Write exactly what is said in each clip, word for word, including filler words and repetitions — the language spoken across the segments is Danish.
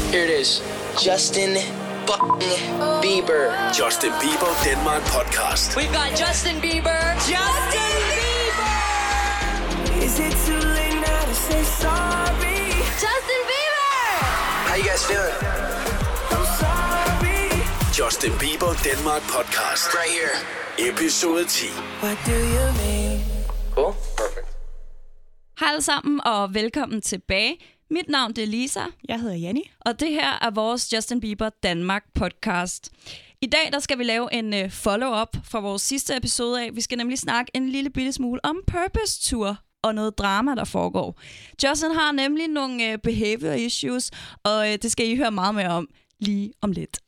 Here it is. Justin Bieber. Justin Bieber Denmark podcast. We've got Justin Bieber. Justin Bieber! Is it too late now to say sorry? Justin Bieber! How you guys feeling? I'm sorry. Justin Bieber Denmark podcast. Right here. Episode ti. What do you mean? Cool. Perfect. Hej alle sammen, og velkommen tilbage. Mit navn det er Lisa. Jeg hedder Janni. Og det her er vores Justin Bieber Danmark podcast. I dag der skal vi lave en uh, follow-up fra vores sidste episode af. Vi skal nemlig snakke en lille bitte smule om Purpose Tour og noget drama, der foregår. Justin har nemlig nogle uh, behavior issues, og uh, det skal I høre meget mere om lige om lidt.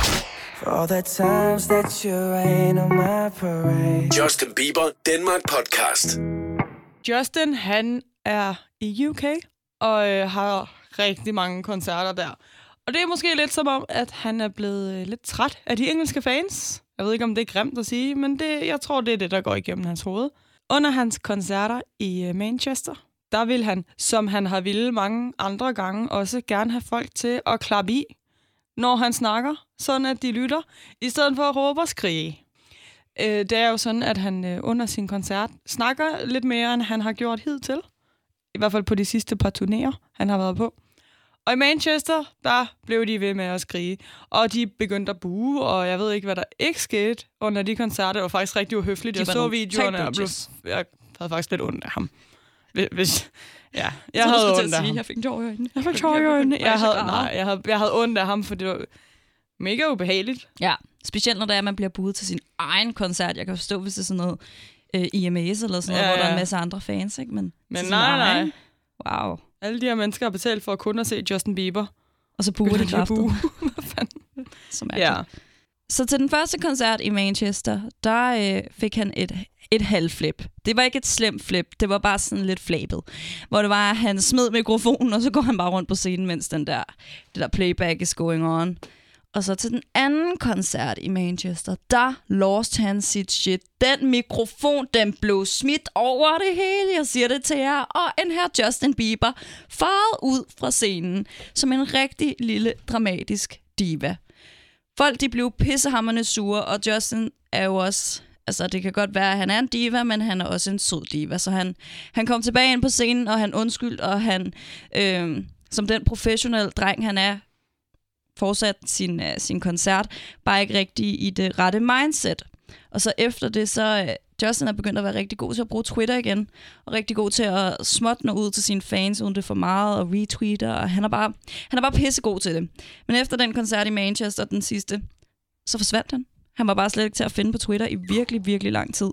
For all the times that you rain on my parade. Justin Bieber Denmark podcast. Justin, han er i U K og øh, har rigtig mange koncerter der. Og det er måske lidt som om, at han er blevet øh, lidt træt af de engelske fans. Jeg ved ikke, om det er grimt at sige, men det, jeg tror, det er det, der går igennem hans hoved. Under hans koncerter i øh, Manchester, der vil han, som han har ville mange andre gange, også gerne have folk til at klappe i, når han snakker, sådan at de lytter, i stedet for at råbe og skrige. Øh, det er jo sådan, at han øh, under sin koncert snakker lidt mere, end han har gjort hidtil. I hvert fald på de sidste par turnéer, han har været på. Og i Manchester, der blev de ved med at skrige. Og de begyndte at buge, og jeg ved ikke, hvad der ikke skete under de koncerter. Det var faktisk rigtig uhøfligt. Jeg så videoerne, og blev, jeg havde faktisk lidt ondt af ham. Hvis, ja, jeg, jeg havde ondt af ham. Jeg fik tårer i øjnene. Jeg fik tårer i øjnene. Jeg havde, nej, jeg havde, jeg havde ondt af ham, for det var mega ubehageligt. Ja, specielt når det er, at man bliver buet til sin egen koncert. Jeg kan forstå, hvis det er sådan noget øh, I M S eller sådan noget, ja, ja. Hvor der er en masse andre fans, ikke? Men, Men nej, nej. Wow. Alle de her mennesker har betalt for at kun at se Justin Bieber. Og så buer de kraftet. Hvad fanden? Så mærkeligt. Ja. Så til den første koncert i Manchester, der øh, fik han et, et halvflip. Det var ikke et slemt flip, det var bare sådan lidt flabet. Hvor det var, at han smed mikrofonen, og så går han bare rundt på scenen, mens den der, det der playback is going on. Og så til den anden koncert i Manchester, der lost han sit shit. Den mikrofon, den blev smidt over det hele, jeg siger det til jer. Og en her Justin Bieber farede ud fra scenen som en rigtig lille dramatisk diva. Folk, de blev pissehammerende sure, og Justin er jo også... Altså, det kan godt være, at han er en diva, men han er også en sød diva. Så han, han kom tilbage ind på scenen, og han undskyldte, og han, øh, som den professionelle dreng, han er, fortsat sin, uh, sin koncert, bare ikke rigtig i det rette mindset. Og så efter det, så uh, Justin er begyndt at være rigtig god til at bruge Twitter igen, og rigtig god til at småtte nå ud til sine fans, uden det for meget, og retweeter, og han er bare, han er bare pissegod til det. Men efter den koncert i Manchester, den sidste, så forsvandt han. Han var bare slet ikke til at finde på Twitter i virkelig, virkelig lang tid.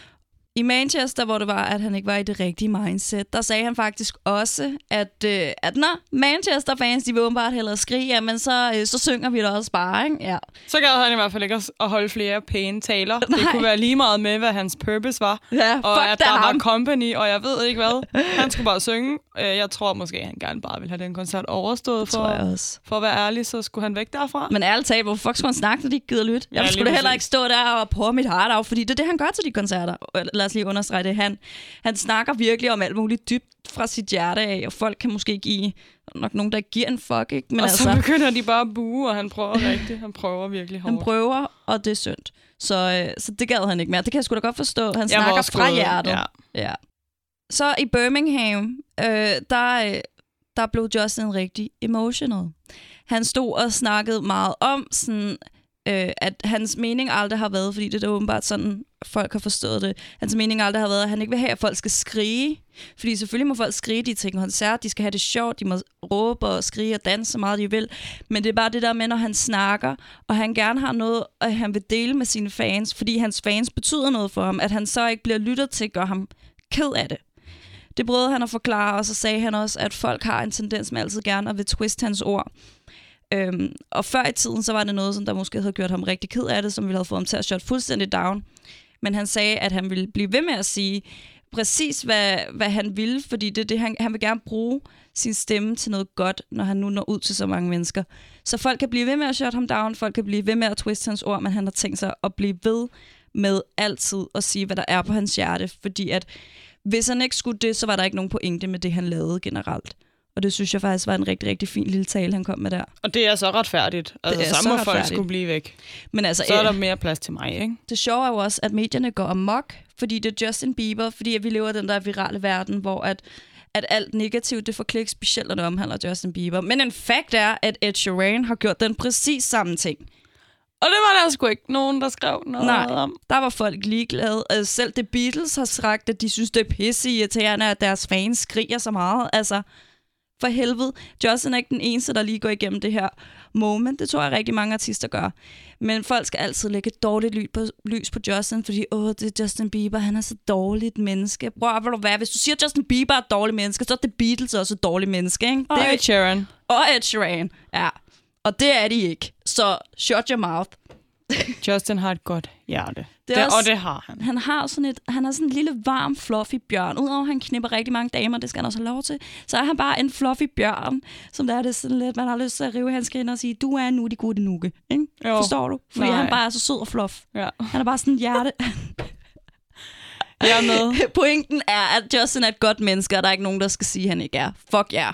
I Manchester, hvor det var, at han ikke var i det rigtige mindset, der sagde han faktisk også, at, øh, at når Manchester-fans, de vil åbenbart hellere skrige, jamen så, øh, så synger vi da også bare, ikke? Ja. Så gad han i hvert fald ikke at holde flere pæne taler. Nej. Det kunne være lige meget med, hvad hans purpose var. Ja, og at der ham. var company, og jeg ved ikke hvad. Han skulle bare synge. Jeg tror måske, han gerne bare ville have den koncert overstået. For, for at være ærlig, så skulle han væk derfra. Men ærligt talt, hvorfor fuck skulle han snakke, når de ikke gider lytte? Jeg ja, skulle da heller ikke stå der og prøve mit heart af, fordi det er det, han gør til de koncerter. Lad os lige understrege det. Han, han snakker virkelig om alt muligt dybt fra sit hjerte af, og folk kan måske give nok nogen, der giver en fuck, ikke? Men og altså, så begynder de bare at buge, og han prøver rigtigt. Han prøver virkelig hårdt. Han prøver, og det er synd. Så, øh, så det gad han ikke mere. Det kan jeg sgu da godt forstå. Han snakker fra hjertet. Ja. Ja. Så i Birmingham, øh, der, øh, der blev Justin rigtig emotional. Han stod og snakkede meget om sådan... Øh, at hans mening aldrig har været, fordi det er åbenbart sådan, folk har forstået det, hans mening aldrig har været, at han ikke vil have, at folk skal skrige. Fordi selvfølgelig må folk skrige, de til en koncert, de skal have det sjovt, de må råbe og skrige og danse så meget, de vil. Men det er bare det der med, når han snakker, og han gerne har noget, at han vil dele med sine fans, fordi hans fans betyder noget for ham, at han så ikke bliver lyttet til, gør ham ked af det. Det prøvede han at forklare, og så sagde han også, at folk har en tendens med altid gerne at vil twiste hans ord. Øhm, og før i tiden, så var det noget, som der måske havde gjort ham rigtig ked af det, som ville have fået ham til at shut fuldstændig down. Men han sagde, at han ville blive ved med at sige præcis, hvad, hvad han ville, fordi det er det, han, han vil gerne bruge sin stemme til noget godt, når han nu når ud til så mange mennesker. Så folk kan blive ved med at shut ham down, folk kan blive ved med at twiste hans ord, men han har tænkt sig at blive ved med altid at sige, hvad der er på hans hjerte, fordi at hvis han ikke skulle det, så var der ikke nogen pointe med det, han lavede generelt. Og det synes jeg faktisk var en rigtig, rigtig fin lille tale, han kom med der. Og det er så retfærdigt. Altså, det er så, så må retfærdigt. folk skulle blive væk. Men altså, så er der øh, mere plads til mig, ikke? det sjove er jo også, at medierne går amok, fordi det er Justin Bieber, fordi at vi lever i den der virale verden, hvor at, at alt negativt, det får klik, specielt når det omhandler Justin Bieber. Men en fact er, at Ed Sheeran har gjort den præcis samme ting. Og det var der sgu ikke nogen, der skrev noget Nej, om. der var folk ligeglade. Altså, selv The Beatles har sagt, at de synes, det er pisseirriterende, at deres fans skriger så meget. Altså, for helvede. Justin er ikke den eneste, der lige går igennem det her moment. Det tror jeg rigtig mange artister gør. Men folk skal altid lægge et dårligt lys på, lys på Justin, fordi åh, det er Justin Bieber, han er så dårligt menneske. Prøv at du hvad? Hvis du siger, at Justin Bieber er et dårligt menneske, så er The Beatles også et dårligt menneske, ikke? Og det er Ed Sheeran. Og Ed Sheeran, ja. Og det er de ikke. Så shut your mouth. Justin har et godt hjerte. Det det, også, og det har han. Han har sådan et, han er sådan en lille varm, fluffy bjørn. Udover at han knipper rigtig mange damer, det skal han også have lov til, så er han bare en fluffy bjørn, som der er det sådan lidt, man har lyst til at rive hans griner og sige, du er nu de gode nukke. Ikke? Forstår du? Fordi Nej. han bare er så sød og fluff. Ja. Han er bare sådan en hjerte. Jeg er med. Pointen er, at Justin er et godt menneske, og der er ikke nogen, der skal sige, at han ikke er. Fuck ja. Yeah.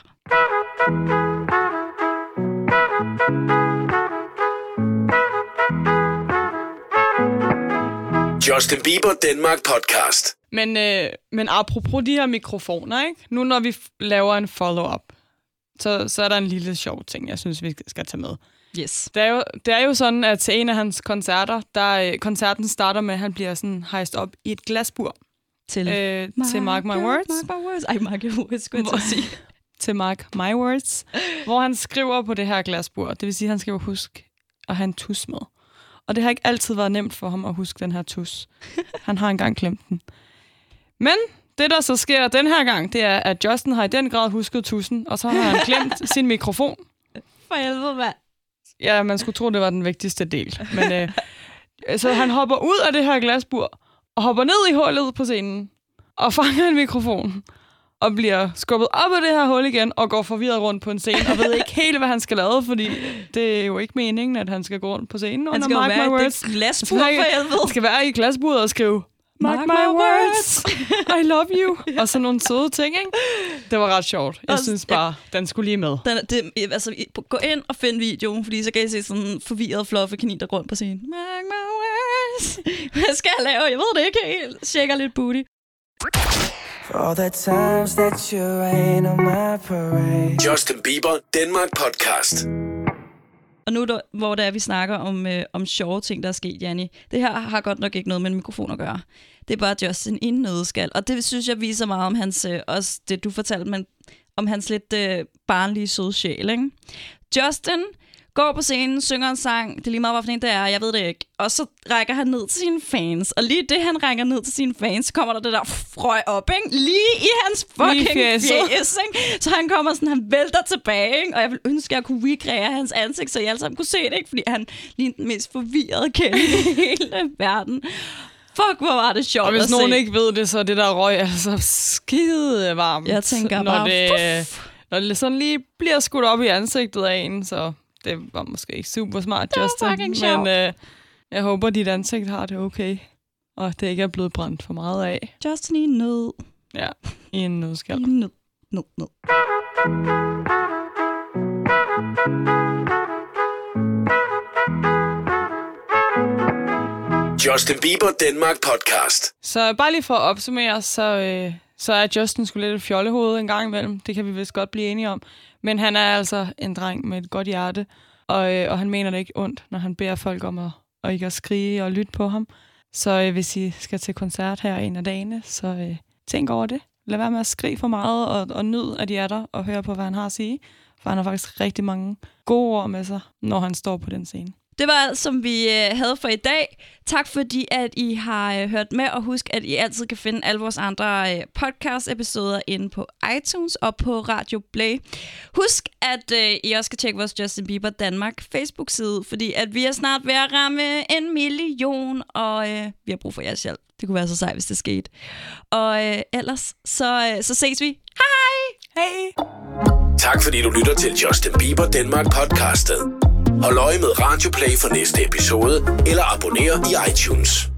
Justin Bieber Danmark podcast. Men, øh, men apropos de her mikrofoner, ikke? Nu når vi f- laver en follow-up, så, så er der en lille sjov ting, jeg synes, vi skal tage med. Yes. Det er jo, det er jo sådan, at til en af hans koncerter, der øh, koncerten starter med, at han bliver sådan hejst op i et glasbur. Til, øh, til Mark My Words. Mark My Words. Ej, Mark My Words, skulle jeg til at sige. Til Mark My Words, hvor han skriver på det her glasbur. Det vil sige, at han skal huske at have en tus med. Og det har ikke altid været nemt for ham at huske den her tus. Han har engang glemt den. Men det, der så sker den her gang, det er, at Justin har i den grad husket tussen, og så har han glemt sin mikrofon. For helvede, hvad? Ja, man skulle tro, det var den vigtigste del. Men øh, så han hopper ud af det her glasbur, og hopper ned i hullet på scenen, og fanger en mikrofon, og bliver skubbet op af det her hul igen, og går forvirret rundt på en scene, og ved ikke helt, hvad han skal lave, fordi det er jo ikke meningen, at han skal gå rundt på scenen Han under skal Mark jo være My i Words. det glasbur, for helvede. Han skal være i glasburet og skrive Mark, Mark my, my words, I love you, og sådan nogle søde ting, ikke? Det var ret sjovt. Jeg Også, synes bare, ja, den skulle lige med. Den, det, altså, gå ind og find videoen, fordi så kan I se sådan en forvirret, fluffy kanin, der går rundt på scenen. Mark my words. Hvad skal jeg lave? Jeg ved det ikke helt. Tjekker lidt booty. For all the times that you rain on my parade. Justin Bieber Danmark podcast. Og nu, der, hvor det er, vi snakker om, øh, om sjove ting, der er sket, Janni. Det her har godt nok ikke noget med en mikrofon at gøre. Det er bare Justin i en nøddeskal. Og det synes jeg viser meget om hans, øh, også det du fortalte, men om hans lidt øh, barnlige søde sjæl, ikke? Justin går på scenen, synger en sang, det er lige meget, hvorfor en det er, jeg ved det ikke. Og så rækker han ned til sine fans. Og lige det, han rækker ned til sine fans, så kommer der det der frøj op, ikke? Lige i hans fucking fjes, ikke? Så han kommer sådan, han vælter tilbage, ikke? Og jeg vil ønske, at jeg kunne recreere hans ansigt, så I alle sammen kunne se det, ikke? Fordi han lignede den mest forvirrede kælde i hele verden. Fuck, hvor var det sjovt. Og hvis at nogen se. ikke ved det, så er det der røg altså skide varmt. Jeg tænker når bare, det, når det sådan lige bliver skudt op i ansigtet af en, så det var måske ikke super smart, det Justin. Men øh, jeg håber, dit ansigt har det okay, og det ikke er blevet brændt for meget af. Justin i nød. Ja, i en nødskal. I nød. Nød, nød. Justin Bieber Danmark podcast. Så bare lige for at opsummere, så, øh, så er Justin sgu lidt et fjollehoved en gang imellem. Det kan vi vist godt blive enige om. Men han er altså en dreng med et godt hjerte, og, øh, og han mener det ikke ondt, når han beder folk om at, og ikke at skrige og lytte på ham. Så øh, hvis I skal til koncert her en af dagene, så øh, tænk over det. Lad være med at skrige for meget, og, og nyd, at de er der, og høre på, hvad han har at sige. For han har faktisk rigtig mange gode ord med sig, når han står på den scene. Det var alt, som vi øh, havde for i dag. Tak fordi, at I har øh, hørt med, og husk, at I altid kan finde alle vores andre øh, podcast-episoder inde på iTunes og på Radio Play. Husk, at øh, I også skal tjekke vores Justin Bieber Danmark Facebook-side, fordi at vi er snart ved at ramme en million, og øh, vi har brug for jeres hjælp. Det kunne være så sejt, hvis det skete. Og øh, ellers, så, øh, så ses vi. Hej! Hej! Tak fordi du lytter til Justin Bieber Danmark podcastet. Hold øje med Radio Play for næste episode, eller abonner i iTunes.